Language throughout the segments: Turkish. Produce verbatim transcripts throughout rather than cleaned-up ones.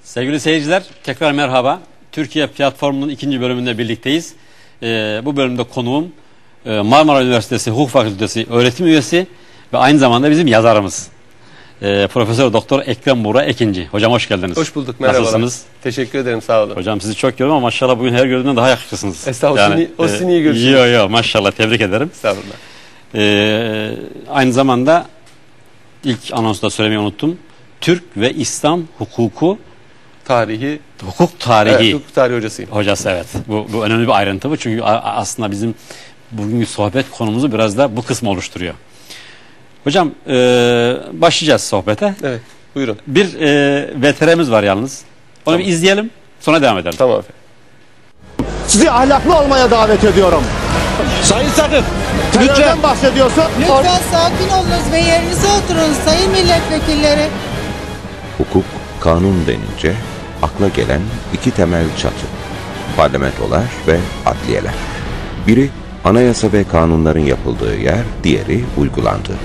Sevgili seyirciler, tekrar merhaba. Türkiye Platformu'nun ikinci bölümünde birlikteyiz. Ee, bu bölümde konuğum e, Marmara Üniversitesi Hukuk Fakültesi öğretim üyesi ve aynı zamanda bizim yazarımız. E, Profesör Doktor Ekrem Buğra Ekinci. Hocam hoş geldiniz. Hoş bulduk, merhabalar. Nasılsınız? Teşekkür ederim, sağ olun. Hocam sizi çok gördüm ama maşallah bugün her gördüğümden daha yakışıksınız. Estağfurullah, yani, o sizin iyi görüşünüz. Yok yok, maşallah, tebrik ederim. Estağfurullah. Ee, aynı zamanda ilk anonsta söylemeyi unuttum. Türk ve İslam hukuku Tarihi. Hukuk tarihi. Evet, hukuk tarihi hocasıyım. Hocası, evet. Bu, bu önemli bir ayrıntı bu. Çünkü aslında bizim bugünkü sohbet konumuzu biraz da bu kısmı oluşturuyor. Hocam e, başlayacağız sohbete. Evet, buyurun. Bir e, V T R'miz var yalnız. Onu Tamam. bir izleyelim, sonra devam edelim. Tamam efendim. Sizi ahlaklı olmaya davet ediyorum. Sayın Sakın, Terörden lütfen. bahsediyorsun. Lütfen sakin olunuz ve yerinize oturun sayın milletvekilleri. Hukuk, kanun denince akla gelen iki temel çatı. Parlamentolar ve adliyeler. Biri anayasa ve kanunların yapıldığı yer, diğeri uygulandığı.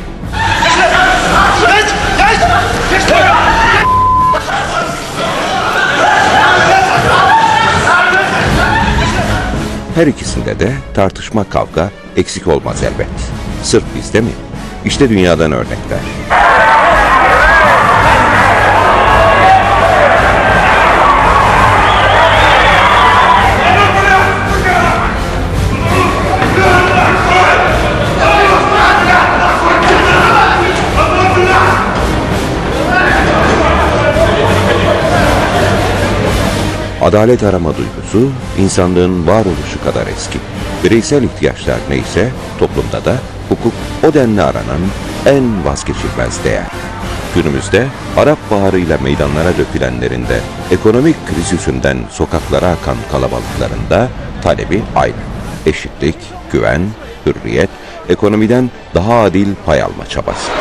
Her ikisinde de tartışma, kavga eksik olmaz elbet. Sırf bizde mi? İşte dünyadan örnekler. Adalet arama duygusu insanlığın varoluşu kadar eski. Bireysel ihtiyaçlar neyse toplumda da hukuk o denli aranan en vazgeçilmez değer. Günümüzde Arap Baharı'yla meydanlara dökülenlerin de ekonomik kriz yüzünden sokaklara akan kalabalıklarında talebi aynı. Eşitlik, güven, hürriyet, ekonomiden daha adil pay alma çabası.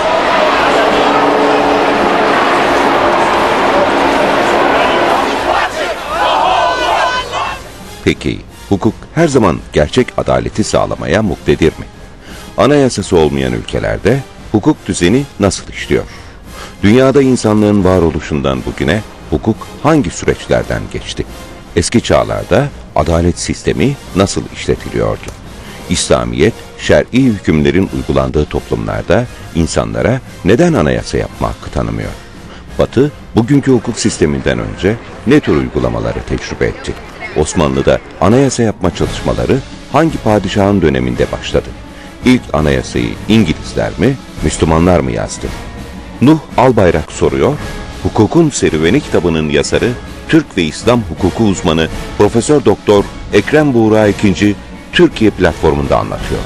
Peki, hukuk her zaman gerçek adaleti sağlamaya muktedir mi? Anayasası olmayan ülkelerde hukuk düzeni nasıl işliyor? Dünyada insanlığın varoluşundan bugüne hukuk hangi süreçlerden geçti? Eski çağlarda adalet sistemi nasıl işletiliyordu? İslamiyet, şer'i hükümlerin uygulandığı toplumlarda insanlara neden anayasa yapma hakkı tanımıyor? Batı, bugünkü hukuk sisteminden önce ne tür uygulamaları tecrübe etti? Osmanlı'da anayasa yapma çalışmaları hangi padişahın döneminde başladı? İlk anayasayı İngilizler mi, Müslümanlar mı yazdı? Nuh Albayrak soruyor, Hukukun Serüveni kitabının yazarı, Türk ve İslam hukuku uzmanı Profesör Doktor Ekrem Buğra Ekinci, Türkiye Platformu'nda anlatıyor.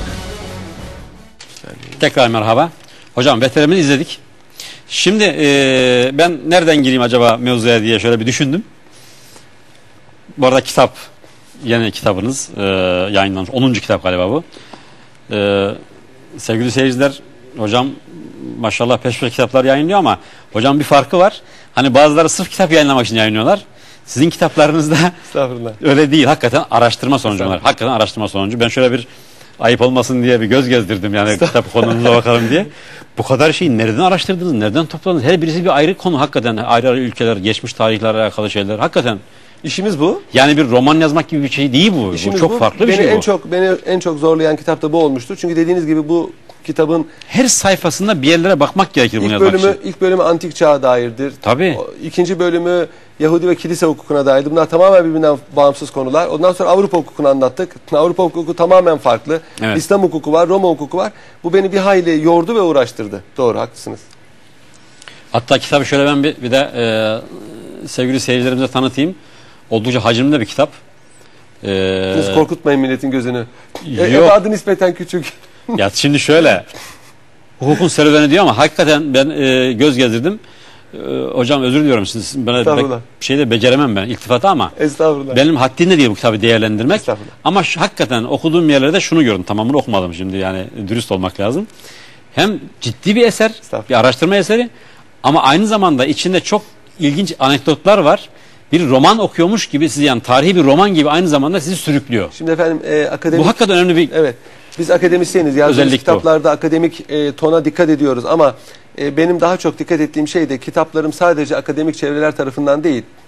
Tekrar merhaba. Hocam V T R'mizi izledik. Şimdi e, ben nereden gireyim acaba mevzuya diye şöyle bir düşündüm. Bu arada kitap, yeni kitabınız e, yayınlanmış. onuncu kitap galiba bu. E, sevgili seyirciler, hocam maşallah peş peşe kitaplar yayınlıyor ama hocam bir farkı var. Hani bazıları sırf kitap yayınlamak için yayınlıyorlar. Sizin kitaplarınızda öyle değil. Hakikaten araştırma sonucu var. Hakikaten araştırma sonucu. Ben şöyle bir ayıp olmasın diye bir göz gezdirdim yani kitap konumuza bakalım diye. Bu kadar şeyi nereden araştırdınız, nereden topladınız? Her birisi bir ayrı konu hakikaten. Ayrı ayrı ülkeler, geçmiş tarihlerle alakalı şeyler. Hakikaten. İşimiz bu. Yani bir roman yazmak gibi bir şey değil bu. İşimiz bu çok bu. farklı bir beni şey en bu. Çok, beni en çok zorlayan kitap da bu olmuştur. Çünkü dediğiniz gibi bu kitabın her sayfasında bir yerlere bakmak gerekir bunu ilk yazmak bölümü, için. ilk bölümü antik çağa dairdir. Tabii. O, ikinci bölümü Yahudi ve kilise hukukuna dairdir. Bunlar tamamen birbirinden bağımsız konular. Ondan sonra Avrupa hukukunu anlattık. Avrupa hukuku tamamen farklı. Evet. İslam hukuku var, Roma hukuku var. Bu beni bir hayli yordu ve uğraştırdı. Doğru, haklısınız. Hatta kitabı şöyle ben bir, bir de e, sevgili seyircilerimize tanıtayım. Oldukça hacimli bir kitap. Ee, Siz korkutmayın milletin gözünü. Yok. Ebadı nispeten küçük. Ya şimdi şöyle, hukukun serüveni diyor ama hakikaten ben e, göz gezdirdim. E, hocam özür diliyorum, siz bana pek şey de beceremem ben iltifatı ama Estağfurullah. benim haddinde değil bu kitabı değerlendirmek. Estağfurullah. Ama şu, hakikaten okuduğum yerlerde şunu gördüm, tamamını okumadım şimdi, yani dürüst olmak lazım. Hem ciddi bir eser, bir araştırma eseri ama aynı zamanda içinde çok ilginç anekdotlar var. Bir roman okuyormuş gibi sizi, yani tarihi bir roman gibi aynı zamanda sizi sürüklüyor. Şimdi efendim e, akademik... Bu hakikaten önemli bir... Evet. Biz akademisyeniz. Yazdığımız kitaplarda o. akademik e, tona dikkat ediyoruz ama e, benim daha çok dikkat ettiğim şey de kitaplarım sadece akademik çevreler tarafından değil,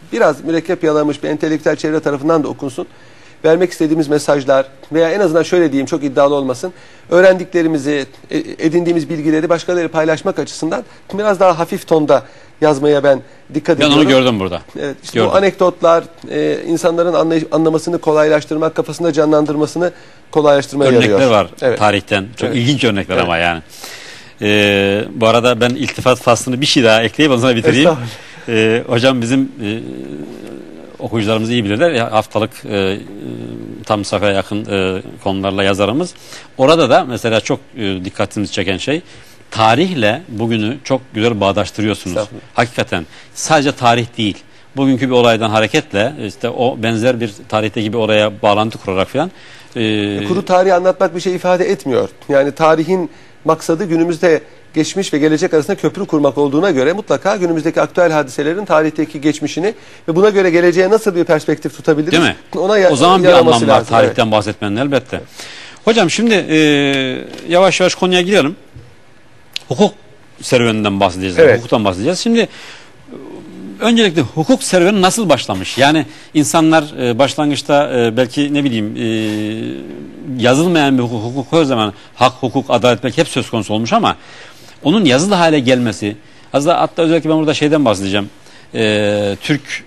biraz mürekkep yalamış bir entelektüel çevre tarafından da okunsun. Vermek istediğimiz mesajlar veya en azından şöyle diyeyim, çok iddialı olmasın, öğrendiklerimizi, edindiğimiz bilgileri başkalarıyla paylaşmak açısından biraz daha hafif tonda yazmaya ben dikkat ben ediyorum. Ben onu gördüm burada. Evet, işte gördüm. Bu anekdotlar e, insanların anlay- anlamasını kolaylaştırmak, kafasında canlandırmasını kolaylaştırmaya örnekler yarıyor. var Evet. tarihten. Çok Evet. ilginç örnekler Evet. ama yani. Ee, bu arada ben iltifat faslını bir şey daha ekleyip ondan sonra bitireyim. Ee, hocam bizim e, okuyucularımız iyi bilirler. Ya, haftalık e, tam sayfaya yakın e, konularla yazarımız. Orada da mesela çok e, dikkatimizi çeken şey, tarihle bugünü çok güzel bağdaştırıyorsunuz. Hakikaten sadece tarih değil. Bugünkü bir olaydan hareketle işte o benzer bir tarihteki bir oraya bağlantı kurarak falan. E, Kuru tarihi anlatmak bir şey ifade etmiyor. Yani tarihin maksadı günümüzde geçmiş ve gelecek arasında köprü kurmak olduğuna göre mutlaka günümüzdeki aktüel hadiselerin tarihteki geçmişini ve buna göre geleceğe nasıl bir perspektif tutabiliriz? Değil mi? Ona o zaman bir anlam var lazım. tarihten Evet. bahsetmenin elbette. Hocam şimdi e, yavaş yavaş konuya girelim. Hukuk serüveninden bahsedeceğiz. Evet. Hukuktan bahsedeceğiz. Şimdi öncelikle hukuk serüveni nasıl başlamış? Yani insanlar e, başlangıçta e, belki ne bileyim e, yazılmayan bir hukuk, hukuk her zaman hak, hukuk, adalet belki hep söz konusu olmuş ama onun yazılı hale gelmesi, hatta, hatta özellikle ben burada şeyden bahsedeceğim. E, Türk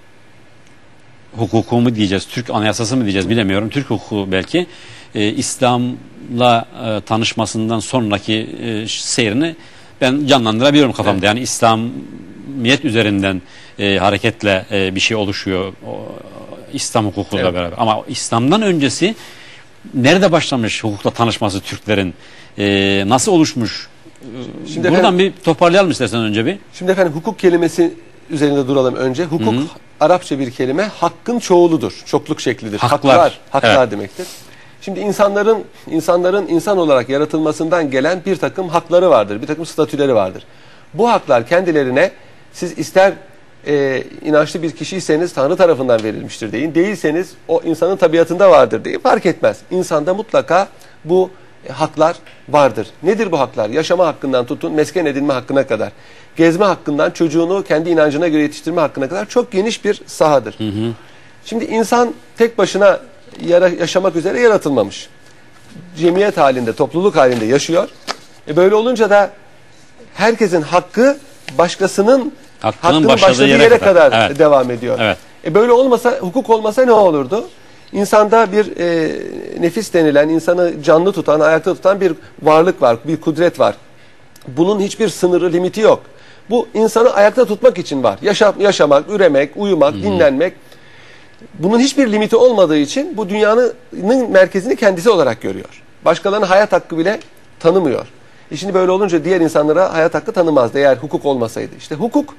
hukuku mu diyeceğiz, Türk anayasası mı diyeceğiz bilemiyorum. Türk hukuku belki e, İslam'la e, tanışmasından sonraki e, seyrini ben canlandırabiliyorum kafamda. Evet. Yani İslamiyet üzerinden e, hareketle e, bir şey oluşuyor o, İslam hukukuyla evet. beraber. Ama İslam'dan öncesi nerede başlamış hukukla tanışması Türklerin? E, nasıl oluşmuş? Şimdi buradan efendim, bir toparlayalım istersen önce bir. Şimdi efendim hukuk kelimesi üzerinde duralım önce. Hukuk, Hı-hı. Arapça bir kelime, hakkın çoğuludur. Çokluk şeklidir. Haklar. Haklar, haklar evet. demektir. Şimdi insanların insanların insan olarak yaratılmasından gelen bir takım hakları vardır. Bir takım statüleri vardır. Bu haklar kendilerine siz ister e, inançlı bir kişiyseniz Tanrı tarafından verilmiştir deyin. Değilseniz o insanın tabiatında vardır deyin. Fark etmez. İnsanda mutlaka bu e, haklar vardır. Nedir bu haklar? Yaşama hakkından tutun mesken edinme hakkına kadar. Gezme hakkından çocuğunu kendi inancına göre yetiştirme hakkına kadar çok geniş bir sahadır. Hı hı. Şimdi insan tek başına yaşamak üzere yaratılmamış. Cemiyet halinde, topluluk halinde yaşıyor. E böyle olunca da herkesin hakkı başkasının Hakkının hakkının başladığı, başladığı yere, yere kadar, kadar evet. devam ediyor. Evet. E böyle olmasa, hukuk olmasa ne olurdu? İnsanda bir e, nefis denilen, insanı canlı tutan, ayakta tutan bir varlık var, bir kudret var. Bunun hiçbir sınırı, limiti yok. Bu insanı ayakta tutmak için var. Yaşa, yaşamak, üremek, uyumak, Hı-hı. dinlenmek. Bunun hiçbir limiti olmadığı için bu dünyanın merkezini kendisi olarak görüyor. Başkalarının hayat hakkı bile tanımıyor. E şimdi böyle olunca diğer insanlara hayat hakkı tanımazdı eğer hukuk olmasaydı. İşte hukuk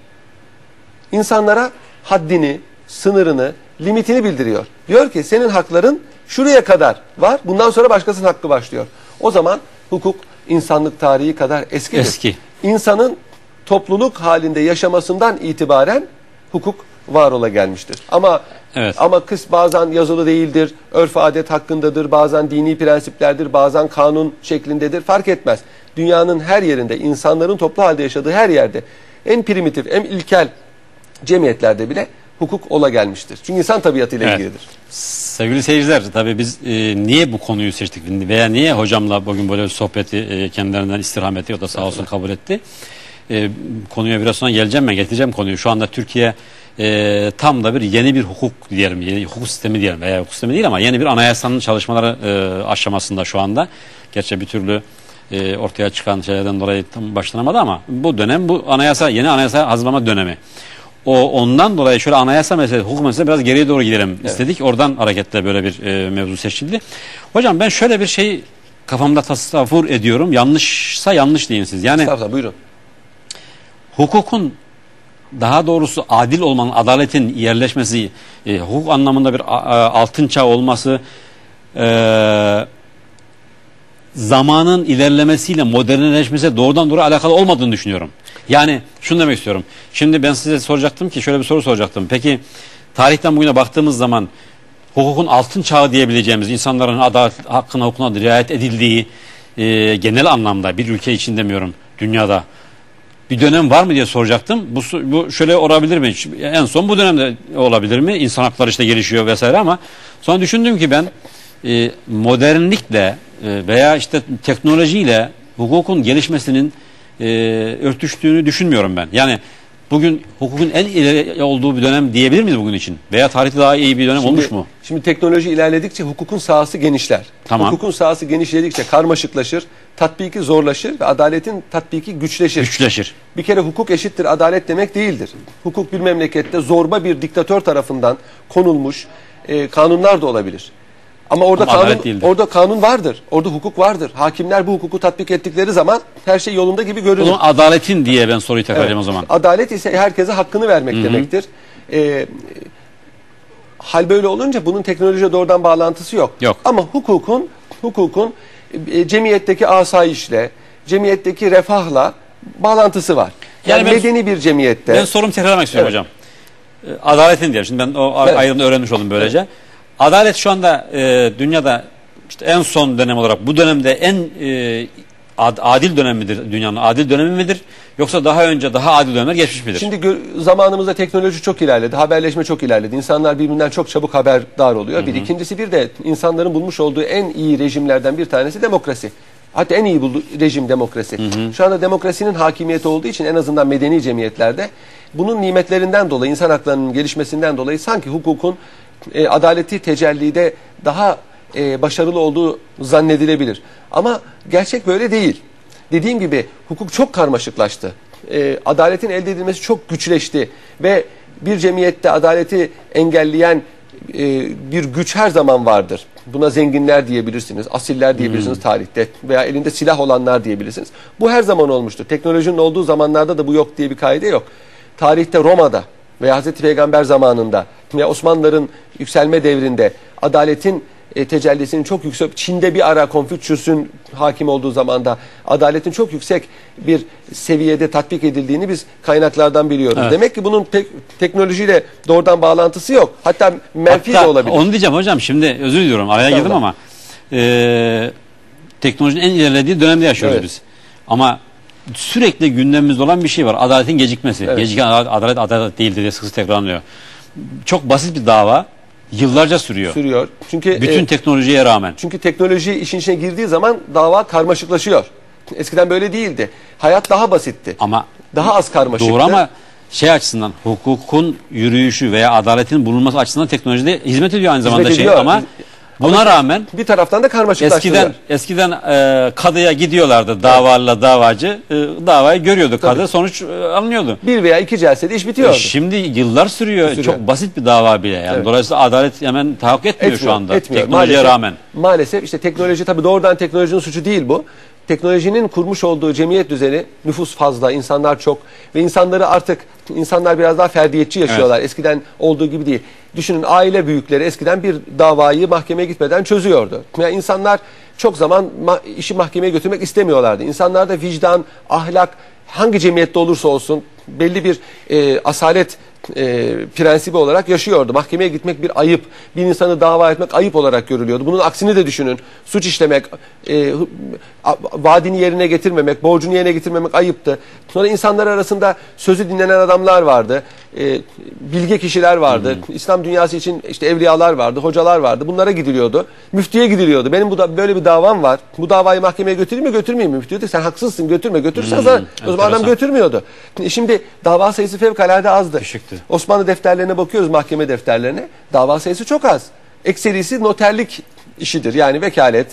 insanlara haddini, sınırını, limitini bildiriyor. Diyor ki senin hakların şuraya kadar var. Bundan sonra başkasının hakkı başlıyor. O zaman hukuk insanlık tarihi kadar eskidir. Eski. İnsanın topluluk halinde yaşamasından itibaren hukuk var ola gelmiştir. Ama evet. ama kız bazen yazılı değildir, örf adet hakkındadır, bazen dini prensiplerdir, bazen kanun şeklindedir. Fark etmez. Dünyanın her yerinde, insanların toplu halde yaşadığı her yerde, en primitif, en ilkel cemiyetlerde bile hukuk ola gelmiştir. Çünkü insan tabiatıyla evet. ilgilidir. Sevgili seyirciler, tabii biz e, niye bu konuyu seçtik veya niye hocamla bugün böyle bir sohbeti e, kendilerinden istirham etti, o da sağ olsun kabul etti. E, konuya biraz sonra geleceğim, ben getireceğim konuyu. Şu anda Türkiye e, tam da bir yeni bir hukuk diyelim, yeni hukuk sistemi diyelim veya hukuk sistemi değil ama yeni bir anayasanın çalışmaları e, aşamasında şu anda. Gerçi bir türlü e, ortaya çıkan şeylerden dolayı tam başlanamadı ama bu dönem bu anayasa, yeni anayasa hazırlama dönemi. O ondan dolayı şöyle anayasa meselesi, hukuk meselesi biraz geriye doğru gidelim evet. istedik. Oradan hareketle böyle bir e, mevzu seçildi. Hocam ben şöyle bir şey kafamda tasavvur ediyorum. Yanlışsa yanlış deyin siz. Yani Estağfurullah, buyurun. Hukukun, daha doğrusu adil olmanın, adaletin yerleşmesi, e, hukuk anlamında bir a, a, altın çağ olması, e, zamanın ilerlemesiyle modernleşmesiyle doğrudan doğru alakalı olmadığını düşünüyorum. Yani şunu demek istiyorum. Şimdi ben size soracaktım ki, şöyle bir soru soracaktım. Peki tarihten bugüne baktığımız zaman hukukun altın çağı diyebileceğimiz, insanların adalet hakkına, hukukuna riayet edildiği e, genel anlamda, bir ülke için demiyorum, dünyada bir dönem var mı diye soracaktım. Bu, bu şöyle olabilir mi? En son bu dönemde olabilir mi? İnsan hakları işte gelişiyor vesaire ama sonra düşündüm ki ben e, modernlikle e, veya işte teknolojiyle hukukun gelişmesinin e, örtüştüğünü düşünmüyorum ben. Yani bugün hukukun en ileri olduğu bir dönem diyebilir miyiz bugün için? Veya tarihte daha iyi bir dönem Şimdi, olmuş mu? Şimdi teknoloji ilerledikçe hukukun sahası genişler. Tamam. Hukukun sahası genişledikçe karmaşıklaşır, tatbiki zorlaşır ve adaletin tatbiki güçleşir. Güçleşir. Bir kere hukuk eşittir adalet demek değildir. Hukuk bir memlekette zorba bir diktatör tarafından konulmuş e, kanunlar da olabilir. Ama orada Ama kanun orada kanun vardır. Orada hukuk vardır. Hakimler bu hukuku tatbik ettikleri zaman her şey yolunda gibi görünür. O zaman adaletin diye ben soruyu tekrar edeyim Evet. o zaman. Adalet ise herkese hakkını vermek Hı-hı. demektir. Ee, hal böyle olunca bunun teknolojiye doğrudan bağlantısı yok. Yok. Ama hukukun hukukun e, cemiyetteki asayişle, cemiyetteki refahla bağlantısı var. Yani, yani ben, medeni bir cemiyette. Ben sorumu tekrarlamak istiyorum evet. hocam. Adaletin diye. Şimdi ben o evet. ayrımda öğrenmiş oldum böylece. Evet. Adalet şu anda e, dünyada işte en son dönem olarak bu dönemde en e, ad, adil dönem midir? Dünyanın adil dönemi midir? Yoksa daha önce daha adil dönemler geçmiş midir? Şimdi zamanımızda teknoloji çok ilerledi. Haberleşme çok ilerledi. İnsanlar birbirinden çok çabuk haberdar oluyor. Hı hı. Bir ikincisi bir de insanların bulmuş olduğu en iyi rejimlerden bir tanesi demokrasi. Hatta en iyi bulduğu rejim demokrasi. Hı hı. Şu anda demokrasinin hakimiyeti olduğu için en azından medeni cemiyetlerde bunun nimetlerinden dolayı, insan haklarının gelişmesinden dolayı sanki hukukun E, adaleti tecellide daha e, başarılı olduğu zannedilebilir. Ama gerçek böyle değil. Dediğim gibi hukuk çok karmaşıklaştı. E, adaletin elde edilmesi çok güçleşti. Ve bir cemiyette adaleti engelleyen e, bir güç her zaman vardır. Buna zenginler diyebilirsiniz, asiller diyebilirsiniz hmm. tarihte veya elinde silah olanlar diyebilirsiniz. Bu her zaman olmuştur. Teknolojinin olduğu zamanlarda da bu yok diye bir kaide yok. Tarihte Roma'da veya Hazreti Peygamber zamanında veya Osmanlıların yükselme devrinde adaletin e, tecellisinin çok yüksek, Çin'de bir ara Konfüçyüs'ün hakim olduğu zamanda adaletin çok yüksek bir seviyede tatbik edildiğini biz kaynaklardan biliyoruz. Evet. Demek ki bunun te teknolojiyle doğrudan bağlantısı yok. Hatta menfi Hatta de olabilir. Onu diyeceğim hocam, şimdi özür diliyorum araya girdim ama e, teknolojinin en ilerlediği dönemde yaşıyoruz evet. biz. Ama sürekli gündemimizde olan bir şey var. Adaletin gecikmesi. Evet. Geciken adalet, adalet adalet değildir diye sık sık tekrarlanıyor. Çok basit bir dava yıllarca sürüyor. Sürüyor. Çünkü bütün e, teknolojiye rağmen. Çünkü teknoloji işin içine girdiği zaman dava karmaşıklaşıyor. Eskiden böyle değildi. Hayat daha basitti. Ama daha az karmaşıktı. Doğru ama şey açısından hukukun yürüyüşü veya adaletin bulunması açısından teknolojide hizmet ediyor aynı zamanda şey ama buna ama rağmen bir taraftan da karmaşıklaştırıyor. Eskiden eskiden e, kadıya gidiyorlardı davalı davacı. E, davayı görüyordu kadı. Tabii. Sonuç e, alınıyordu. Bir veya iki celsede iş bitiyordu. E, şimdi yıllar sürüyor. sürüyor. Çok basit bir dava bile. Yani evet. Dolayısıyla adalet hemen tahakkuk etmiyor, etmiyor şu anda. Etmiyor. Teknolojiye maalesef, rağmen. Maalesef işte teknoloji tabii doğrudan teknolojinin suçu değil bu. Teknolojinin kurmuş olduğu cemiyet düzeni, nüfus fazla, insanlar çok ve insanları artık insanlar biraz daha ferdiyetçi yaşıyorlar. Evet. Eskiden olduğu gibi değil. Düşünün aile büyükleri eskiden bir davayı mahkemeye gitmeden çözüyordu. Yani insanlar çok zaman ma işi mahkemeye götürmek istemiyorlardı. İnsanlarda vicdan, ahlak hangi cemiyette olursa olsun belli bir e, asalet e, prensibi olarak yaşıyordu. Mahkemeye gitmek bir ayıp. Bir insanı dava etmek ayıp olarak görülüyordu. Bunun aksini de düşünün. Suç işlemek, e, vaadini yerine getirmemek, borcunu yerine getirmemek ayıptı. Sonra insanlar arasında sözü dinlenen adamlar vardı. E, bilge kişiler vardı. Hı hı. İslam dünyası için işte evliyalar vardı, hocalar vardı. Bunlara gidiliyordu. Müftüye gidiliyordu. Benim bu da böyle bir davam var. Bu davayı mahkemeye götüreyim mi, götürmeyeyim mi? Müftü diyordu sen haksızsın, götürme. Götürürsen hmm, zaten o zaman adam götürmüyordu. Şimdi dava sayısı fevkalade azdı. Düşüktü. Osmanlı defterlerine bakıyoruz, mahkeme defterlerine. Dava sayısı çok az. Ekserisi noterlik işidir. Yani vekalet,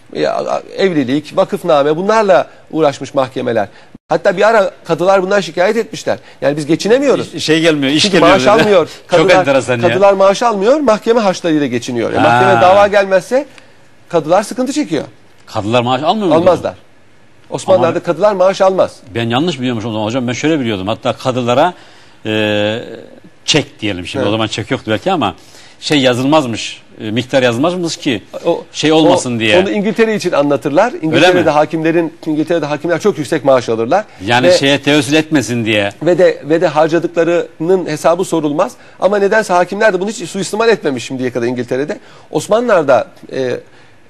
evlilik, vakıfname bunlarla uğraşmış mahkemeler. Hatta bir ara kadılar bundan şikayet etmişler. Yani biz geçinemiyoruz. Şey gelmiyor, iş Çünkü gelmiyor. Maaş almıyor. Kadılar, çok enteresan ya. Kadılar maaş almıyor, mahkeme harçlarıyla geçiniyor. Yani mahkeme dava gelmezse kadılar sıkıntı çekiyor. Kadılar maaş almıyor mu? Almazlar. Osmanlılar'da ama kadılar maaş almaz. Ben yanlış biliyormuşum o zaman hocam. Ben şöyle biliyordum. Hatta kadılara e, çek diyelim şimdi. Evet. O zaman çek yoktu belki ama şey yazılmazmış. E, miktar yazılmazmış ki o, şey olmasın o, diye. Onu İngiltere için anlatırlar. İngiltere'de hakimlerin İngiltere'de hakimler çok yüksek maaş alırlar. Yani ve, şeye teessül etmesin diye. Ve de ve de harcadıklarının hesabı sorulmaz. Ama nedense hakimler de bunu hiç suistimal etmemiş şimdiye kadar İngiltere'de. Osmanlılar'da e,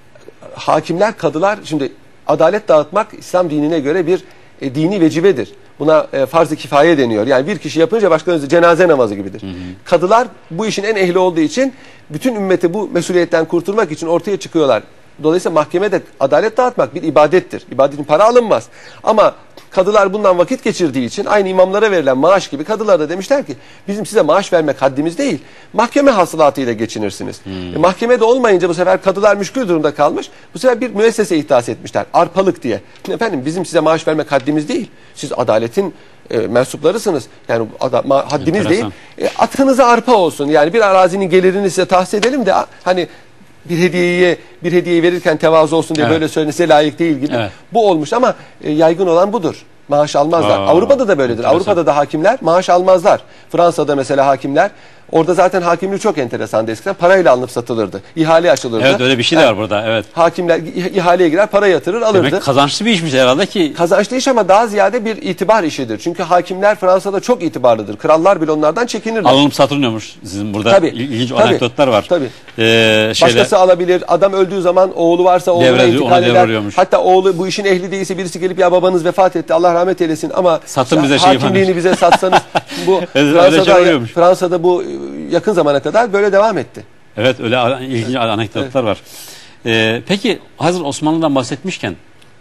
hakimler, kadılar şimdi adalet dağıtmak İslam dinine göre bir e, dini vecibedir. Buna e, farz-ı kifaye deniyor. Yani bir kişi yapınca başkaları cenaze namazı gibidir. Hı hı. Kadılar bu işin en ehli olduğu için bütün ümmeti bu mesuliyetten kurtulmak için ortaya çıkıyorlar. Dolayısıyla mahkemede adalet dağıtmak bir ibadettir. İbadetin para alınmaz. Ama kadılar bundan vakit geçirdiği için aynı imamlara verilen maaş gibi kadılar da demişler ki bizim size maaş vermek haddimiz değil. Mahkeme hasılatıyla geçinirsiniz. Hmm. E, mahkemede olmayınca bu sefer kadılar müşkül durumda kalmış. Bu sefer bir müessese ihdas etmişler. Arpalık diye. Efendim bizim size maaş vermek haddimiz değil. Siz adaletin e, mensuplarısınız. Yani ada, ma, haddimiz Enteresan. değil. E, atınıza arpa olsun. Yani bir arazinin gelirini size tahsis edelim de hani bir hediyeyi bir hediyeyi verirken tevazu olsun diye evet. böyle söylenese layık değil gibi. Evet. Bu olmuş ama e, yaygın olan budur. Maaş almazlar. Aa, Avrupa'da da böyledir. Enteresan. Avrupa'da da hakimler maaş almazlar. Fransa'da mesela hakimler, orada zaten hakimlik çok enteresandı eskiden. Parayla alınıp satılırdı. İhale açılırdı. Evet, öyle bir şey de var yani, burada. Evet. Hakimler ihaleye girer, para yatırır, alırdı. Demek kazançlı bir işmiş herhalde ki. Kazançlı iş ama daha ziyade bir itibar işidir. Çünkü hakimler Fransa'da çok itibarlıdır. Krallar bile onlardan çekinirler. Alınıp satılmıyormuş. Sizin burada tabii, ilginç tabii, anekdotlar var. Tabii. Ee, şeyle... Başkası alabilir. Adam öldüğü zaman oğlu varsa oğluna Devre, intikal eder. Hatta oğlu bu işin ehli değilse birisi gelip ya babanız vefat etti, Allah rahmet eylesin ama satın bize hakimliğini şey bize satsanız bu Fransa'da, şey Fransa'da bu yakın zamana kadar böyle devam etti. Evet, öyle ilginç anekdotlar evet. var. Ee, peki hazır Osmanlı'dan bahsetmişken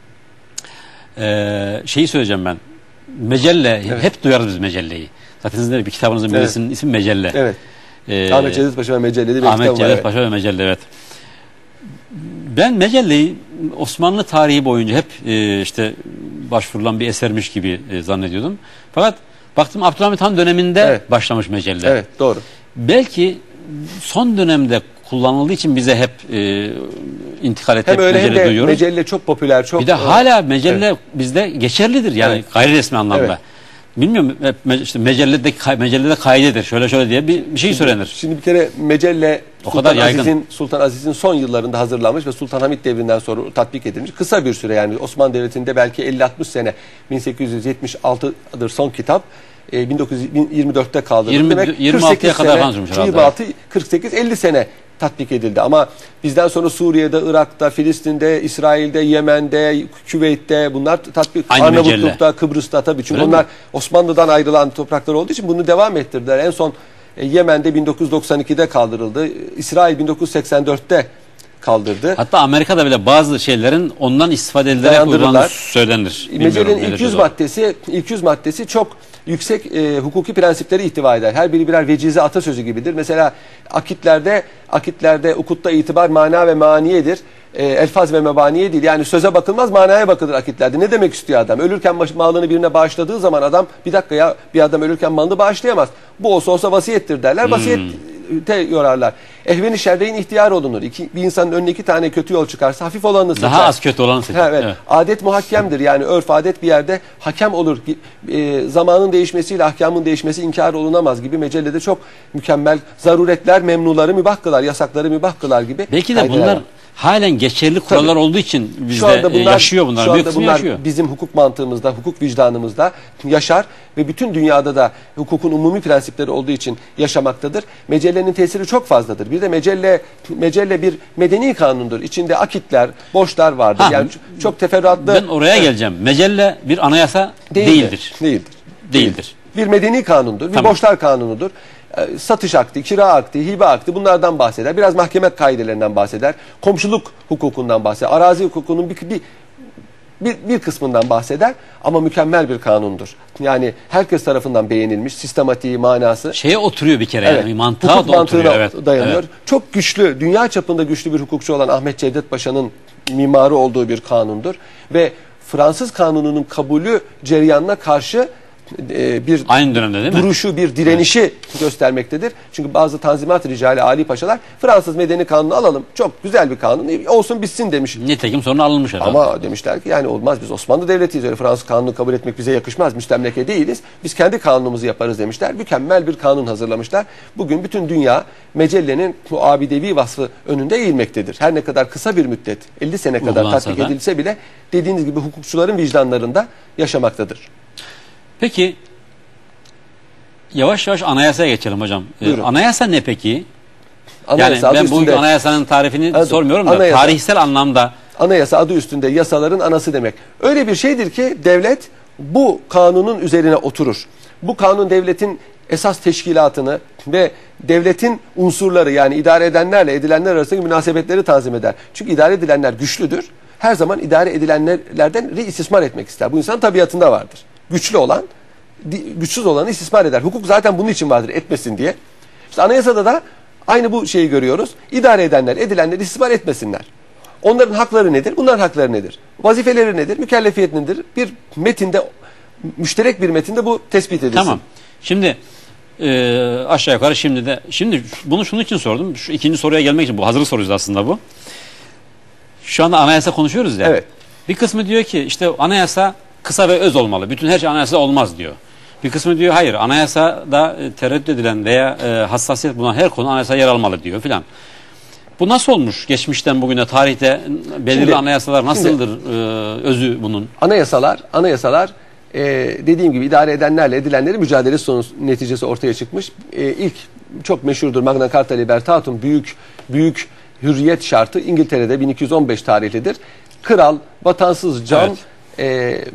e, şeyi söyleyeceğim ben. Mecelle, evet. hep duyarız biz Mecelle'yi. Zaten sizin de bir kitabınızın evet. birisinin ismi Mecelle. Evet. Ee, Ahmet Cevdet Paşa ve Mecelle bir Ahmet Cevdet var, Paşa evet. ve Mecelle evet. Ben Mecelle'yi Osmanlı tarihi boyunca hep e, işte başvurulan bir esermiş gibi e, zannediyordum. Fakat baktım Abdülhamit Han döneminde evet. başlamış Mecelle. Evet, doğru. Belki son dönemde kullanıldığı için bize hep e, intikal etti. Hem öyle hem de duyuyoruz. Mecelle çok popüler. Çok, bir de hala Mecelle evet. bizde geçerlidir. Yani evet. gayri resmi anlamda. Evet. Bilmiyorum işte Mecelle'de Mecelle'de kaidedir. Şöyle şöyle diye bir, bir şey söylenir. Şimdi bir kere Mecelle o Sultan kadar Aziz'in Sultan Aziz'in son yıllarında hazırlanmış ve Sultan Hamid devrinden sonra tatbik edilmiş. Kısa bir süre yani Osmanlı Devleti'nde belki elli altmış sene bin sekiz yüz yetmiş altı'dır son kitap. bin dokuz yüz yirmi dört'te kaldırıldı. Demek yirmi altı'ya kadar yazılmış herhalde. yirmi altı, kırk sekiz, elli sene tatbik edildi ama bizden sonra Suriye'de, Irak'ta, Filistin'de, İsrail'de, Yemen'de, Küveyt'te bunlar tatbik, aynı Arnavutluk'ta, Mecelle. Kıbrıs'ta tabii çünkü öyle onlar mi? Osmanlı'dan ayrılan topraklar olduğu için bunu devam ettirdiler. En son e, Yemen'de bin dokuz yüz doksan iki'de kaldırıldı. İsrail bin dokuz yüz seksen dört'te kaldırdı. Hatta Amerika'da bile bazı şeylerin ondan istifade edilerek uygulandığı söylenir. Mecelle'nin ilk yüz maddesi, ilk yüz maddesi çok yüksek e, hukuki prensipleri ihtiva eder. Her biri birer vecize atasözü gibidir. Mesela akitlerde, akitlerde ukutta itibar mana ve maniyedir. E, elfaz ve mebaniye değil. Yani söze bakılmaz, manaya bakılır akitlerde. Ne demek istiyor adam? Ölürken malını birine bağışladığı zaman adam bir dakika ya bir adam ölürken malını bağışlayamaz. Bu olsa olsa vasiyettir derler. Vasiyet hmm. te yorarlar. Ehven-i şerreyn ihtiyar olunur. İki, bir insanın önüne iki tane kötü yol çıkarsa hafif olanı seçer. Daha az kötü olanı seçer. Evet. Evet. Adet muhakkemdir. Yani örf adet bir yerde hakem olur. E, zamanın değişmesiyle ahkamın değişmesi inkar olunamaz gibi Mecelle'de çok mükemmel zaruretler, memnuları mübah kılar, yasakları mübah kılar gibi. Belki de bunlar var. Halen geçerli kurallar Tabii. olduğu için bizde bunlar, yaşıyor bunlar. Şu anda bunlar yaşıyor. Bizim hukuk mantığımızda, hukuk vicdanımızda yaşar ve bütün dünyada da hukukun umumi prensipleri olduğu için yaşamaktadır. Mecellenin tesiri çok fazladır. Bir de Mecelle Mecelle bir medeni kanundur. İçinde akitler, borçlar vardır. Ha, yani çok teferruatlı. Ben oraya geleceğim. Mecelle bir anayasa değildir. Değildir. Değildir. Değildir. Bir medeni kanundur. Tamam. Bir borçlar kanunudur. Satış akdi, kira akdi, hibe akdi bunlardan bahseder. Biraz mahkeme kaidelerinden bahseder. Komşuluk hukukundan bahseder. Arazi hukukunun bir, bir, bir, bir kısmından bahseder. Ama mükemmel bir kanundur. Yani herkes tarafından beğenilmiş, sistematiği, manası. Şeye oturuyor bir kere. Evet. Yani mantığa hukuk da mantığına oturuyor. Evet. dayanıyor. Evet. Çok güçlü, dünya çapında güçlü bir hukukçu olan Ahmet Cevdet Paşa'nın mimarı olduğu bir kanundur. Ve Fransız kanununun kabulü cereyanına karşı bir aynı dönemde değil mi? duruşu, bir direnişi evet. göstermektedir. Çünkü bazı tanzimat ricali, ali paşalar Fransız medeni kanunu alalım. Çok güzel bir kanun. Olsun bitsin demiş. Nitekim sonra alınmış herhalde. Ama demişler ki yani olmaz biz Osmanlı Devleti'yiz. Öyle Fransız kanunu kabul etmek bize yakışmaz. Müstemleke değiliz. Biz kendi kanunumuzu yaparız demişler. Mükemmel bir kanun hazırlamışlar. Bugün bütün dünya Mecelle'nin bu abidevi vasfı önünde eğilmektedir. Her ne kadar kısa bir müddet, elli sene kadar Uygulansa tatbik da. edilse bile dediğiniz gibi hukukçuların vicdanlarında yaşamaktadır. Peki yavaş yavaş anayasaya geçelim hocam. Ee, anayasa ne peki? Anayasa yani ben bu üstünde, anayasanın tarifini adı, sormuyorum da anayasa, tarihsel anlamda. Anayasa adı üstünde yasaların anası demek. Öyle bir şeydir ki devlet bu kanunun üzerine oturur. Bu kanun devletin esas teşkilatını ve devletin unsurları, yani idare edenlerle edilenler arasındaki münasebetleri tanzim eder. Çünkü idare edilenler güçlüdür. Her zaman idare edilenlerden istismar etmek ister. Bu insan tabiatında vardır. Güçlü olan, güçsüz olanı istismar eder. Hukuk zaten bunun için vardır, etmesin diye. İşte anayasada da aynı bu şeyi görüyoruz. İdare edenler, edilenler istismar etmesinler. Onların hakları nedir? Bunların hakları nedir? Vazifeleri nedir? Mükellefiyet nedir? Bir metinde, müşterek bir metinde bu tespit edilsin. Tamam. Şimdi e, aşağı yukarı şimdi de, şimdi bunu şunun için sordum. Şu ikinci soruya gelmek için, bu hazırlık soruydu aslında bu. Şu anda anayasa konuşuyoruz ya. Evet. Bir kısmı diyor ki işte anayasa kısa ve öz olmalı. Bütün her şey anayasa olmaz diyor. Bir kısmı diyor hayır, anayasada e, tereddüt edilen veya e, hassasiyet bulunan her konu anayasa yer almalı diyor filan. Bu nasıl olmuş geçmişten bugüne, tarihte belirli Şimdi, anayasalar nasıldır şimdi, e, özü bunun? Anayasalar, anayasalar e, dediğim gibi idare edenlerle edilenlerin mücadelesi sonucu neticesi ortaya çıkmış. E, ilk çok meşhurdur Magna Carta Libertatum, büyük büyük hürriyet şartı İngiltere'de bin iki yüz on beş tarihlidir. Kral vatansız can, evet. e,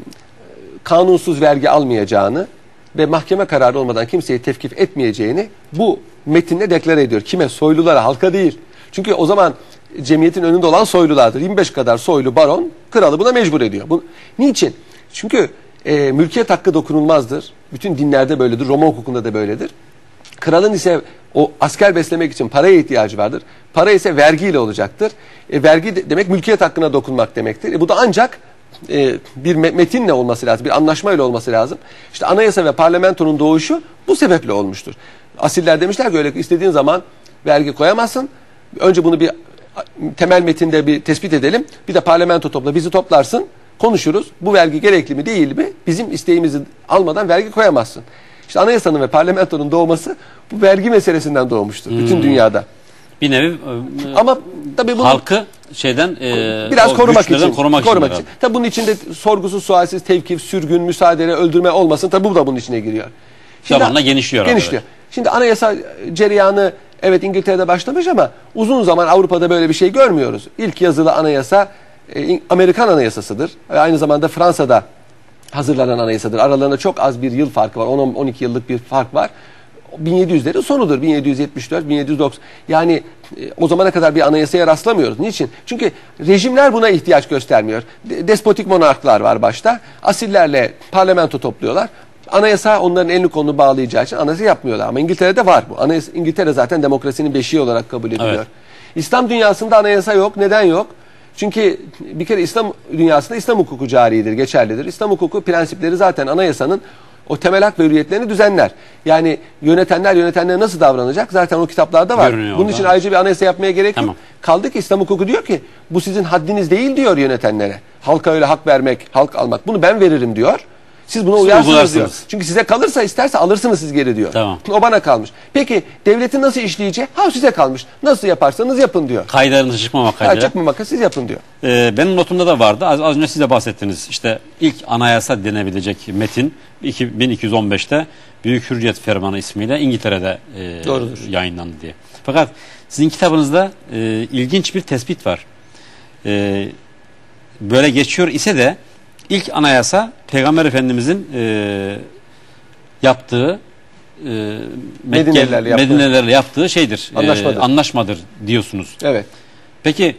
kanunsuz vergi almayacağını ve mahkeme kararı olmadan kimseyi tevkif etmeyeceğini bu metinle deklare ediyor. Kime? Soylulara, halka değil. Çünkü o zaman cemiyetin önünde olan soylulardır. yirmi beş kadar soylu baron kralı buna mecbur ediyor. Bu, niçin? Çünkü e, mülkiyet hakkı dokunulmazdır. Bütün dinlerde böyledir. Roma hukukunda da böyledir. Kralın ise o asker beslemek için paraya ihtiyacı vardır. Para ise vergiyle olacaktır. E, vergi de, demek mülkiyet hakkına dokunmak demektir. E, bu da ancak e, bir metinle olması lazım. Bir anlaşmayla olması lazım. İşte anayasa ve parlamentonun doğuşu bu sebeple olmuştur. Asiller demişler ki öyle istediğin zaman vergi koyamazsın. Önce bunu bir temel metinde bir tespit edelim. Bir de parlamento topla, bizi toplarsın, konuşuruz. Bu vergi gerekli mi değil mi? Bizim isteğimizi almadan vergi koyamazsın. İşte anayasanın ve parlamentonun doğması bu vergi meselesinden doğmuştur. Hmm. Bütün dünyada. Bir nevi ama tabii bunu halkı şeyden e, biraz korumak için. Korumak, korumak için. için. Tabii bunun içinde sorgusuz, sualsiz, tevkif, sürgün, müsaade, öldürme olmasın. Tabii bu da bunun içine giriyor. Şimdi, zamanla genişliyor. Genişliyor. Abi. Şimdi anayasa cereyanı evet İngiltere'de başlamış ama uzun zaman Avrupa'da böyle bir şey görmüyoruz. İlk yazılı anayasa e, Amerikan anayasasıdır. Aynı zamanda Fransa'da hazırlanan anayasadır. Aralarında çok az bir yıl farkı var. on on iki yıllık bir fark var. bin yedi yüzlerin sonudur. bin yedi yüz yetmiş dört bin yedi yüz doksan. Yani e, o zamana kadar bir anayasaya rastlamıyoruz. Niçin? Çünkü rejimler buna ihtiyaç göstermiyor. De, despotik monarklar var başta. Asillerle parlamento topluyorlar. Anayasa onların elini kolunu bağlayacağı için anayasa yapmıyorlar. Ama İngiltere'de var bu. Anayasa, İngiltere zaten demokrasinin beşiği olarak kabul ediliyor. Evet. İslam dünyasında anayasa yok. Neden yok? Çünkü bir kere İslam dünyasında İslam hukuku caridir, geçerlidir. İslam hukuku prensipleri zaten anayasanın o temel hak ve hürriyetlerini düzenler. Yani yönetenler yönetenlere nasıl davranacak? Zaten o kitaplarda var. Görünüyor Bunun orada. için ayrıca bir anayasa yapmaya gerek tamam. yok. Kaldı ki İslam hukuku diyor ki bu sizin haddiniz değil diyor yönetenlere. Halka öyle hak vermek, halk almak. Bunu ben veririm diyor. Siz buna uyarsınız diyor. Çünkü size kalırsa isterse alırsınız siz geri diyor. Tamam. O bana kalmış. Peki devletin nasıl işleyeceği? Ha size kalmış. Nasıl yaparsanız yapın diyor. Kayıtlarınızı çıkmamak kaydıyla. Ha, çıkmamak siz yapın diyor. Ee, benim notumda da vardı. Az, az önce siz de bahsettiniz. İşte ilk anayasa denebilecek metin bin iki yüz on beşte Büyük Hürriyet Fermanı ismiyle İngiltere'de e, yayınlandı diye. Fakat sizin kitabınızda e, ilginç bir tespit var. E, böyle geçiyor ise de İlk anayasa Peygamber Efendimizin e, yaptığı e, Medinelerle yaptığı, Medinelerle yaptığı şeydir. Anlaşmadır. E, anlaşmadır diyorsunuz. Evet. Peki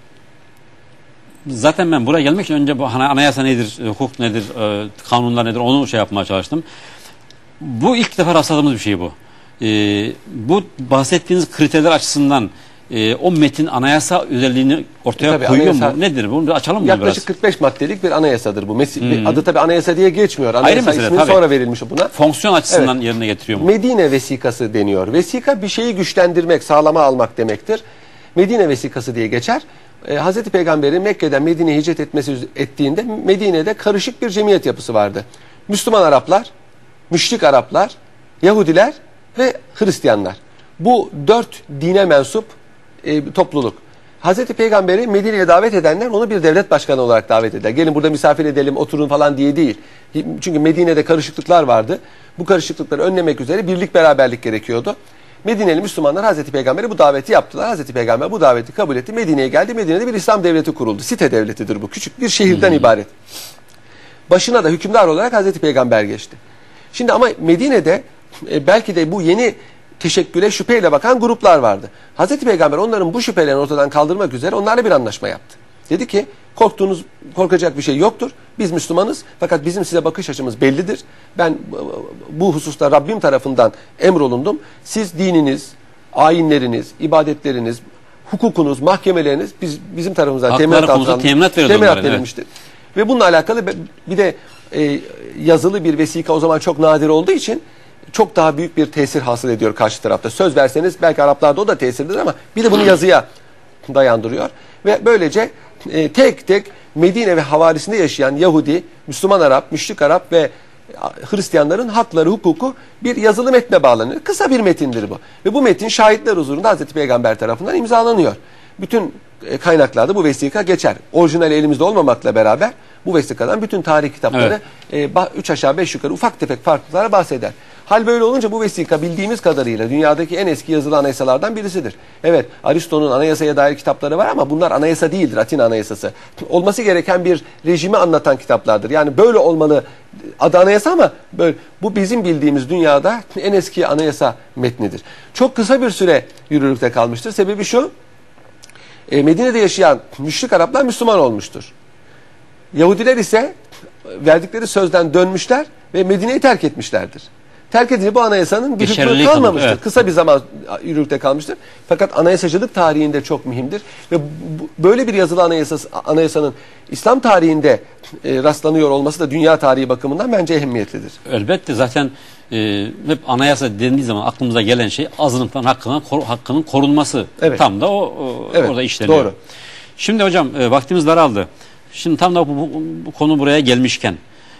zaten ben buraya gelmek için önce bu anayasa nedir, hukuk nedir, e, kanunlar nedir onu şey yapmaya çalıştım. Bu ilk defa rastladığımız bir şey bu. E, bu bahsettiğiniz kriterler açısından E, o metin anayasa özelliğini ortaya e, koyuyor anayasa, mu? Nedir? Bunu açalım mı yaklaşık biraz? kırk beş maddelik bir anayasadır bu. Mes- hmm. Adı tabi anayasa diye geçmiyor. Anayasa mesele, ismi tabii. sonra verilmiş buna. Fonksiyon açısından evet. yerine getiriyor mu? Medine vesikası deniyor. Vesika bir şeyi güçlendirmek, sağlama almak demektir. Medine vesikası diye geçer. Ee, Hazreti Peygamber'in Mekke'den Medine'ye hicret etmesi ettiğinde Medine'de karışık bir cemiyet yapısı vardı. Müslüman Araplar, müşrik Araplar, Yahudiler ve Hristiyanlar. Bu dört dine mensup E, topluluk. Hazreti Peygamber'i Medine'ye davet edenler onu bir devlet başkanı olarak davet eder. Gelin burada misafir edelim, oturun falan diye değil. Çünkü Medine'de karışıklıklar vardı. Bu karışıklıkları önlemek üzere birlik beraberlik gerekiyordu. Medineli Müslümanlar Hazreti Peygamber'e bu daveti yaptılar. Hazreti Peygamber bu daveti kabul etti. Medine'ye geldi. Medine'de bir İslam devleti kuruldu. Site devletidir bu. Küçük bir şehirden hmm. ibaret. Başına da hükümdar olarak Hazreti Peygamber geçti. Şimdi ama Medine'de e, belki de bu yeni teşekküle şüpheyle bakan gruplar vardı. Hazreti Peygamber onların bu şüphelerini ortadan kaldırmak üzere onlarla bir anlaşma yaptı. Dedi ki korktuğunuz, korkacak bir şey yoktur. Biz Müslümanız fakat bizim size bakış açımız bellidir. Ben bu hususta Rabbim tarafından emrolundum. Siz dininiz, ayinleriniz, ibadetleriniz, hukukunuz, mahkemeleriniz biz, bizim tarafımızdan teminat altından teminat verilmiştir. Evet. Ve bununla alakalı bir de e, yazılı bir vesika o zaman çok nadir olduğu için çok daha büyük bir tesir hasıl ediyor karşı tarafta. Söz verseniz belki Araplarda o da tesirdir ama bir de bunu yazıya dayandırıyor. Ve böylece e, tek tek Medine ve havarisinde yaşayan Yahudi, Müslüman Arap, Müşrik Arap ve Hristiyanların hakları, hukuku bir yazılı metne bağlanıyor. Kısa bir metindir bu. Ve bu metin şahitler huzurunda Hazreti Peygamber tarafından imzalanıyor. Bütün kaynaklarda bu vesika geçer. Orijinali elimizde olmamakla beraber bu vesikadan bütün tarih kitapları evet. e, üç aşağı beş yukarı ufak tefek farklılıklara bahseder. Hal böyle olunca bu vesika bildiğimiz kadarıyla dünyadaki en eski yazılı anayasalardan birisidir. Evet, Aristo'nun anayasaya dair kitapları var ama bunlar anayasa değildir, Atina Anayasası. Olması gereken bir rejimi anlatan kitaplardır. Yani böyle olmalı, adı anayasa ama böyle, bu bizim bildiğimiz dünyada en eski anayasa metnidir. Çok kısa bir süre yürürlükte kalmıştır. Sebebi şu, e, Medine'de yaşayan müşrik Araplar Müslüman olmuştur. Yahudiler ise verdikleri sözden dönmüşler ve Medine'yi terk etmişlerdir. Terk edince bu anayasanın bir hükmü kalmamıştır. Evet. Kısa bir zaman yürürlükte kalmıştır. Fakat anayasacılık tarihinde çok mühimdir. Ve bu, böyle bir yazılı anayasası, anayasanın İslam tarihinde e, rastlanıyor olması da dünya tarihi bakımından bence ehemmiyetlidir. Elbette zaten e, hep anayasa dendiği zaman aklımıza gelen şey azınlıkların hakkının, kor, hakkının korunması. Evet. Tam da o, o evet, orada işleniyor. Doğru. Şimdi hocam e, vaktimiz daraldı. Şimdi tam da bu, bu, bu konu buraya gelmişken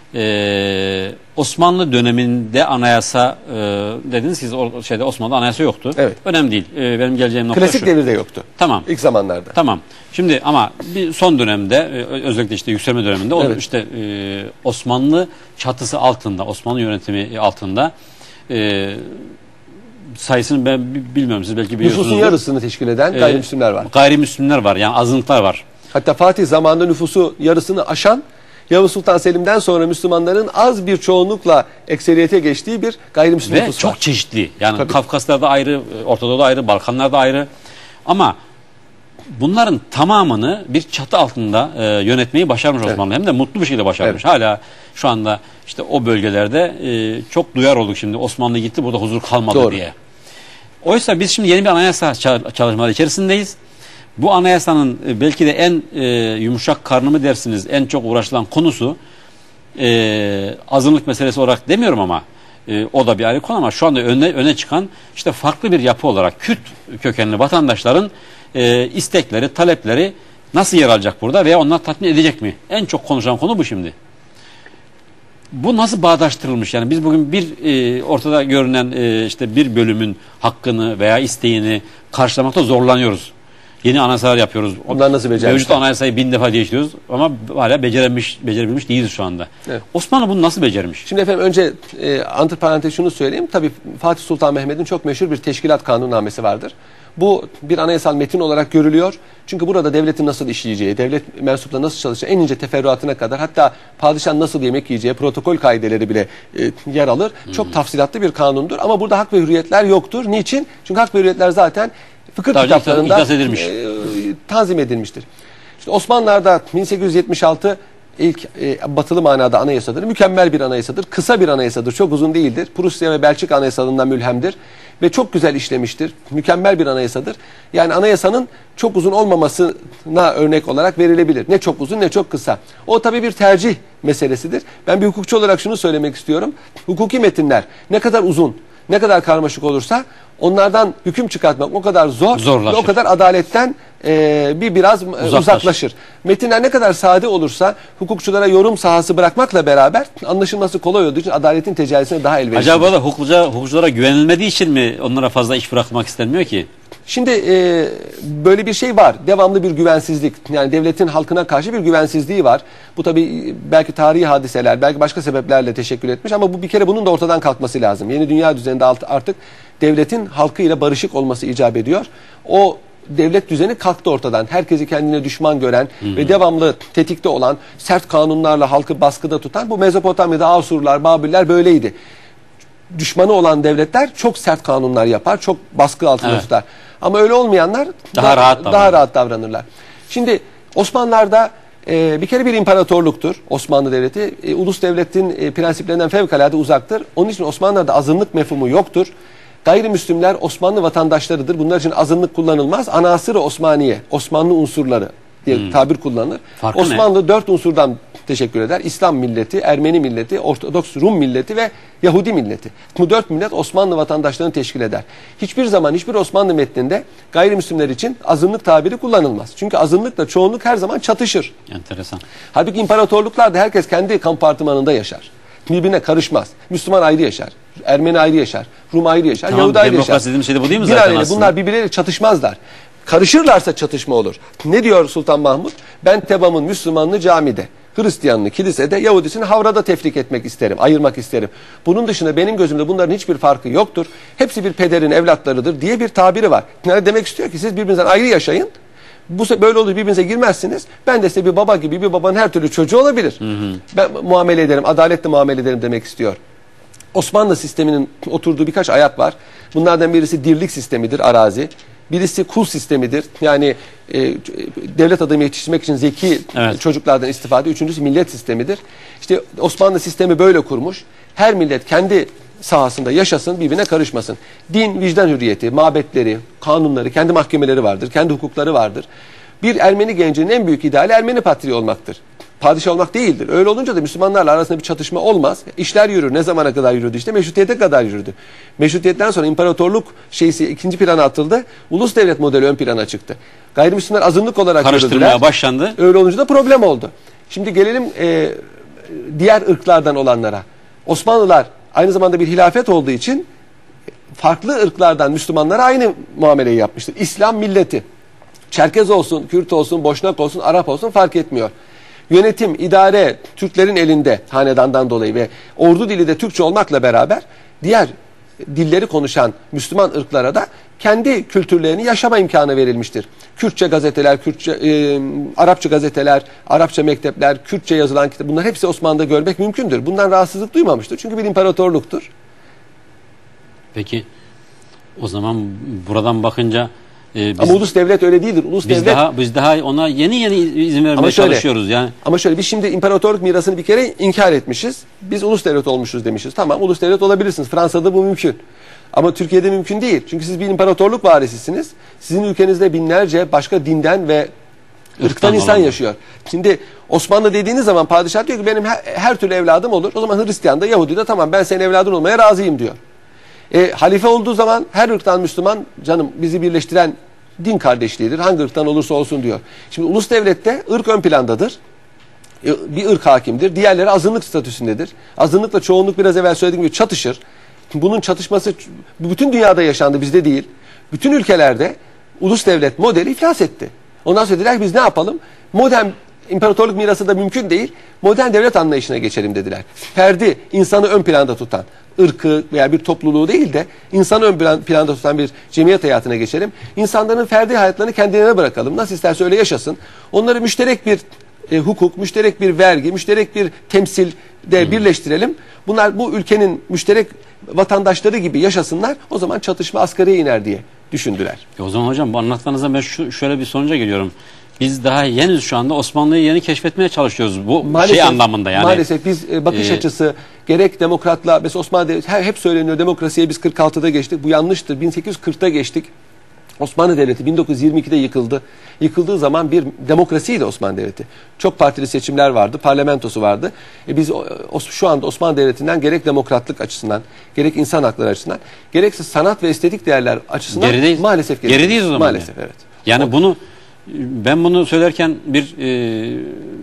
Ee, Osmanlı döneminde anayasa e, dediniz ki o şeyde Osmanlı'da anayasa yoktu. Evet. Önemli değil. Ee, benim geleceğim nokta Klasik şu. devirde yoktu. Tamam. İlk zamanlarda. Tamam. Şimdi ama bir son dönemde özellikle işte yükselme döneminde evet. o işte e, Osmanlı çatısı altında, Osmanlı yönetimi altında e, sayısını ben bilmiyorum, siz belki biliyorsunuz. Nüfusun yarısını teşkil eden gayrimüslimler var. E, gayrimüslimler var. Yani azınlıklar var. Hatta Fatih zamanında nüfusu yarısını aşan, Yavuz Sultan Selim'den sonra Müslümanların az bir çoğunlukla ekseriyete geçtiği bir gayrimüslim ve nüfus var. Ve çok çeşitli. Yani Tabii. Kafkaslar'da ayrı, Orta Doğu'da ayrı, Balkanlar'da ayrı. Ama bunların tamamını bir çatı altında e, yönetmeyi başarmış evet. Osmanlı. Hem de mutlu bir şekilde başarmış. Evet. Hala şu anda işte o bölgelerde e, çok duyar olduk şimdi. Osmanlı gitti, burada huzur kalmadı Doğru. diye. Oysa biz şimdi yeni bir anayasa çalışmaları içerisindeyiz. Bu anayasanın belki de en e, yumuşak karnı mı dersiniz, en çok uğraşılan konusu e, azınlık meselesi olarak demiyorum ama e, o da bir ayrı konu ama şu anda öne, öne çıkan işte farklı bir yapı olarak Kürt kökenli vatandaşların e, istekleri, talepleri nasıl yer alacak burada veya onlar tatmin edecek mi? En çok konuşulan konu bu şimdi. Bu nasıl bağdaştırılmış? Yani biz bugün bir e, ortada görünen e, işte bir bölümün hakkını veya isteğini karşılamakta zorlanıyoruz. Yeni anayasalar yapıyoruz. Bunlar nasıl becermişler? Mevcut anayasayı bin defa değiştiriyoruz ama hala beceremiş, becerebilmiş değiliz şu anda. Evet. Osmanlı bunu nasıl becermiş? Şimdi efendim önce e, antiparantez şunu söyleyeyim. Tabii Fatih Sultan Mehmet'in çok meşhur bir teşkilat kanunnamesi vardır. Bu bir anayasal metin olarak görülüyor. Çünkü burada devletin nasıl işleyeceği, devlet mensupları nasıl çalışacağı en ince teferruatına kadar hatta padişahın nasıl yemek yiyeceği, protokol kaideleri bile e, yer alır. Hmm. Çok tafsilatlı bir kanundur ama burada hak ve hürriyetler yoktur. Niçin? Çünkü hak ve hürriyetler zaten fıkıh Daha kitaplarında edilmiş. E, tanzim edilmiştir. İşte Osmanlılar'da bin sekiz yüz yetmiş altı ilk e, batılı manada anayasadır. Mükemmel bir anayasadır. Kısa bir anayasadır. Çok uzun değildir. Prusya ve Belçika anayasalarından mülhemdir. Ve çok güzel işlemiştir. Mükemmel bir anayasadır. Yani anayasanın çok uzun olmamasına örnek olarak verilebilir. Ne çok uzun ne çok kısa. O tabii bir tercih meselesidir. Ben bir hukukçu olarak şunu söylemek istiyorum. Hukuki metinler ne kadar uzun, ne kadar karmaşık olursa onlardan hüküm çıkartmak o kadar zor Zorlaşır. ve o kadar adaletten e, bir biraz uzaklaşır. uzaklaşır. Metinler ne kadar sade olursa hukukçulara yorum sahası bırakmakla beraber anlaşılması kolay olduğu için adaletin tecellisine daha elverişlidir. Acaba da hukukçulara, hukukçulara güvenilmediği için mi onlara fazla iş bırakmak istenmiyor ki? Şimdi e, böyle bir şey var. Devamlı bir güvensizlik. Yani devletin halkına karşı bir güvensizliği var. Bu tabii belki tarihi hadiseler, belki başka sebeplerle teşekkül etmiş ama bu bir kere bunun da ortadan kalkması lazım. Yeni dünya düzeninde artık devletin halkıyla barışık olması icap ediyor. O devlet düzeni kalktı ortadan. Herkesi kendine düşman gören hı hı. ve devamlı tetikte olan, sert kanunlarla halkı baskıda tutan, bu Mezopotamya'da Asurlar, Babiller böyleydi. Düşmanı olan devletler çok sert kanunlar yapar, çok baskı altında evet. tutar. Ama öyle olmayanlar daha, daha, rahat, daha rahat davranırlar. Şimdi Osmanlılar'da e, bir kere bir imparatorluktur Osmanlı Devleti. E, ulus devletin e, prensiplerinden fevkalade uzaktır. Onun için Osmanlılar'da azınlık mefhumu yoktur. Gayrimüslimler Osmanlı vatandaşlarıdır. Bunlar için azınlık kullanılmaz. Anasır-ı Osmaniye, Osmanlı unsurları diye hmm. tabir kullanılır. Farkı Osmanlı ne? dört unsurdan teşekkür eder. İslam milleti, Ermeni milleti, Ortodoks Rum milleti ve Yahudi milleti. Bu dört millet Osmanlı vatandaşlarını teşkil eder. Hiçbir zaman hiçbir Osmanlı metninde gayrimüslimler için azınlık tabiri kullanılmaz. Çünkü azınlıkla çoğunluk her zaman çatışır. Enteresan. Halbuki imparatorluklarda herkes kendi kompartımanında yaşar. Birbirine karışmaz. Müslüman ayrı yaşar. Ermeni ayrı yaşar. Rum ayrı yaşar. Tamam, Yahudi ayrı yaşar. Demokrasi dediğim şey de bu değil mi zaten aslında? Bunlar birbirleriyle çatışmazlar. Karışırlarsa çatışma olur. Ne diyor Sultan Mahmut? Ben Tebam'ın Müslümanını camide, Hristiyanını kilisede, Yahudisini havrada tefrik etmek isterim, ayırmak isterim. Bunun dışında benim gözümde bunların hiçbir farkı yoktur. Hepsi bir pederin evlatlarıdır diye bir tabiri var. Yani demek istiyor ki siz birbirinizden ayrı yaşayın. Bu böyle olur, birbirinize girmezsiniz. Ben de size bir baba gibi, bir babanın her türlü çocuğu olabilir. Hı hı. Ben muamele ederim, adaletle muamele ederim demek istiyor. Osmanlı sisteminin oturduğu birkaç ayak var. Bunlardan birisi dirlik sistemidir, arazi. Birisi kul sistemidir. Yani e, devlet adamı yetiştirmek için zeki evet. çocuklardan istifade. Üçüncüsü millet sistemidir. İşte Osmanlı sistemi böyle kurmuş. Her millet kendi sahasında yaşasın, birbirine karışmasın. Din, vicdan hürriyeti, mabetleri, kanunları, kendi mahkemeleri vardır, kendi hukukları vardır. Bir Ermeni gencinin en büyük ideali Ermeni patriği olmaktır. Padişah olmak değildir. Öyle olunca da Müslümanlarla arasında bir çatışma olmaz. İşler yürür. Ne zamana kadar yürüdü işte? Meşrutiyete kadar yürüdü. Meşrutiyetten sonra imparatorluk şeysi ikinci plana atıldı. Ulus devlet modeli ön plana çıktı. Gayrimüslimler azınlık olarak karıştırmaya yürüdüler. başlandı. Öyle olunca da problem oldu. Şimdi gelelim e, diğer ırklardan olanlara. Osmanlılar aynı zamanda bir hilafet olduğu için farklı ırklardan Müslümanlara aynı muameleyi yapmıştır. İslam milleti. Çerkez olsun, Kürt olsun, Boşnak olsun, Arap olsun fark etmiyor. Yönetim, idare Türklerin elinde hanedandan dolayı ve ordu dili de Türkçe olmakla beraber diğer dilleri konuşan Müslüman ırklara da kendi kültürlerini yaşama imkanı verilmiştir. Kürtçe gazeteler, Kürtçe, e, Arapça gazeteler, Arapça mektepler, Kürtçe yazılan kitap, bunlar hepsi Osmanlı'da görmek mümkündür. Bundan rahatsızlık duymamıştır. Çünkü bir imparatorluktur. Peki o zaman buradan bakınca e, biz, ama ulus devlet öyle değildir. Ulus biz devlet daha biz daha ona yeni yeni izin vermeye ama şöyle, çalışıyoruz yani. Ama şöyle biz şimdi imparatorluk mirasını bir kere inkar etmişiz. Biz ulus devlet olmuşuz demişiz. Tamam, ulus devlet olabilirsiniz. Fransa'da bu mümkün. Ama Türkiye'de mümkün değil. Çünkü siz bir imparatorluk varisisiniz. Sizin ülkenizde binlerce başka dinden ve ırktan, ırktan insan olan yaşıyor. Şimdi Osmanlı dediğiniz zaman padişah diyor ki benim her, her türlü evladım olur. O zaman Hristiyan da Yahudi de tamam ben senin evladın olmaya razıyım diyor. E, halife olduğu zaman her ırktan Müslüman canım bizi birleştiren din kardeşliğidir. Hangi ırktan olursa olsun diyor. Şimdi ulus devlette ırk ön plandadır. E, bir ırk hakimdir. Diğerleri azınlık statüsündedir. Azınlıkla çoğunluk biraz evvel söylediğim gibi çatışır. Bunun çatışması bütün dünyada yaşandı, bizde değil. Bütün ülkelerde ulus devlet modeli iflas etti. Ondan sonra dediler biz ne yapalım? Modern imparatorluk mirası da mümkün değil. Modern devlet anlayışına geçelim dediler. Ferdi, insanı ön planda tutan, ırkı veya bir topluluğu değil de insanı ön plan, planda tutan bir cemiyet hayatına geçelim. İnsanların ferdi hayatlarını kendilerine bırakalım. Nasıl isterse öyle yaşasın. Onları müşterek bir e, hukuk, müşterek bir vergi, müşterek bir temsilde hmm. birleştirelim. Bunlar bu ülkenin müşterek vatandaşları gibi yaşasınlar. O zaman çatışma asgariye iner diye düşündüler. E o zaman hocam bu anlatmanıza ben şu, şöyle bir sonuca geliyorum. Biz daha henüz şu anda Osmanlı'yı yeni keşfetmeye çalışıyoruz. Bu maalesef, şey anlamında yani. Maalesef biz e, bakış ee, açısı gerek demokratla mesela Osmanlı Devleti hep söyleniyor demokrasiye biz kırk altıda geçtik. Bu yanlıştır. bin sekiz yüz kırkta geçtik. Osmanlı Devleti bin dokuz yüz yirmi ikide yıkıldı. Yıkıldığı zaman bir demokrasiydi Osmanlı Devleti. Çok partili seçimler vardı, parlamentosu vardı. E biz o, o, şu anda Osmanlı Devleti'nden gerek demokratlık açısından, gerek insan hakları açısından, gerekse sanat ve estetik değerler açısından gerideyiz. maalesef gerideyiz. Gerideyiz o zaman. Maalesef yani. evet. Yani o, bunu ben bunu söylerken bir e,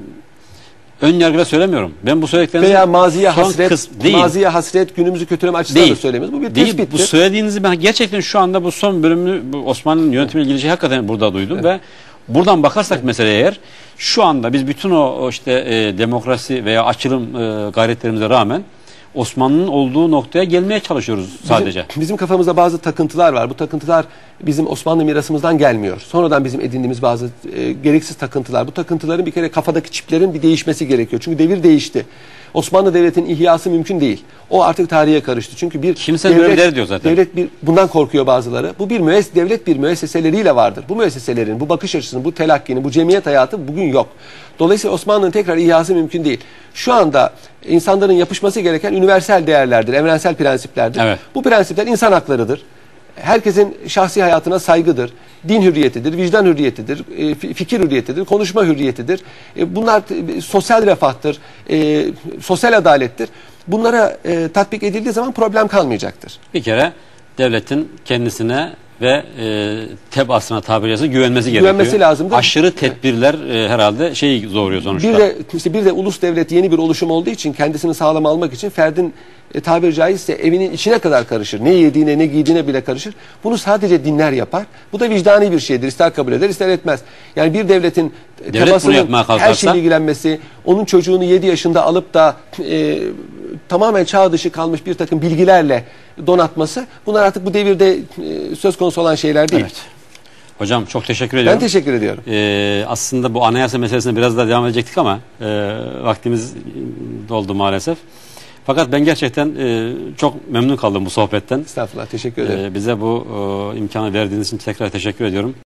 ön yargıyla söylemiyorum. Ben bu söylediklerinizi veya maziye hasret, değil. maziye hasret günümüzü kötüleme açısından da söylemiyoruz. Bu bir değil. tespittir. Bu söylediğinizi ben gerçekten şu anda bu son bölümünü Osmanlı'nın yönetimiyle ilgili şey hakikaten burada duydum evet. Ve buradan bakarsak evet. Meseleye eğer şu anda biz bütün o, o işte e, demokrasi veya açılım e, gayretlerimize rağmen Osmanlı'nın olduğu noktaya gelmeye çalışıyoruz sadece. Bizim, bizim kafamızda bazı takıntılar var. Bu takıntılar bizim Osmanlı mirasımızdan gelmiyor. Sonradan bizim edindiğimiz bazı e, gereksiz takıntılar. Bu takıntıların bir kere kafadaki çiplerin bir değişmesi gerekiyor. Çünkü devir değişti. Osmanlı Devleti'nin ihyası mümkün değil. O artık tarihe karıştı. Çünkü bir Kimse devlet, böyle der diyor zaten. Devlet bir, bundan korkuyor bazıları. Bu bir müess devlet bir müesseseleriyle vardır. Bu müesseselerin, bu bakış açısının, bu telakkinin, bu cemiyet hayatı bugün yok. Dolayısıyla Osmanlı'nın tekrar ihyası mümkün değil. Şu anda insanların yapışması gereken universal değerlerdir, evrensel prensiplerdir. Evet. Bu prensipler insan haklarıdır. Herkesin şahsi hayatına saygıdır. Din hürriyetidir, vicdan hürriyetidir, e, fikir hürriyetidir, konuşma hürriyetidir. E, bunlar e, sosyal refahtır, e, sosyal adalettir. Bunlara e, tatbik edildiği zaman problem kalmayacaktır. Bir kere devletin kendisine ve e, tebaasına, tabiri caizse güvenmesi gerekiyor. Güvenmesi lazımdır. Aşırı tedbirler e, herhalde şeyi zoruyor sonuçta. Bir de işte bir de ulus devlet yeni bir oluşum olduğu için kendisini sağlam almak için ferdin e, tabiri caizse evinin içine kadar karışır. Ne yediğine ne giydiğine bile karışır. Bunu sadece dinler yapar. Bu da vicdani bir şeydir. İster kabul eder ister etmez. Yani bir devletin Devlet temasının bunu yapmaya kalkarsa- her şeyle ilgilenmesi, onun çocuğunu yedi yaşında alıp da e, tamamen çağ dışı kalmış bir takım bilgilerle donatması, bunlar artık bu devirde e, söz konusu olan şeyler değil. Evet. Hocam çok teşekkür ediyorum. Ben teşekkür ediyorum. Ee, aslında bu anayasa meselesine biraz daha devam edecektik ama e, vaktimiz doldu maalesef. Fakat ben gerçekten e, çok memnun kaldım bu sohbetten. Estağfurullah, teşekkür ederim. Ee, bize bu e, imkanı verdiğiniz için tekrar teşekkür ediyorum.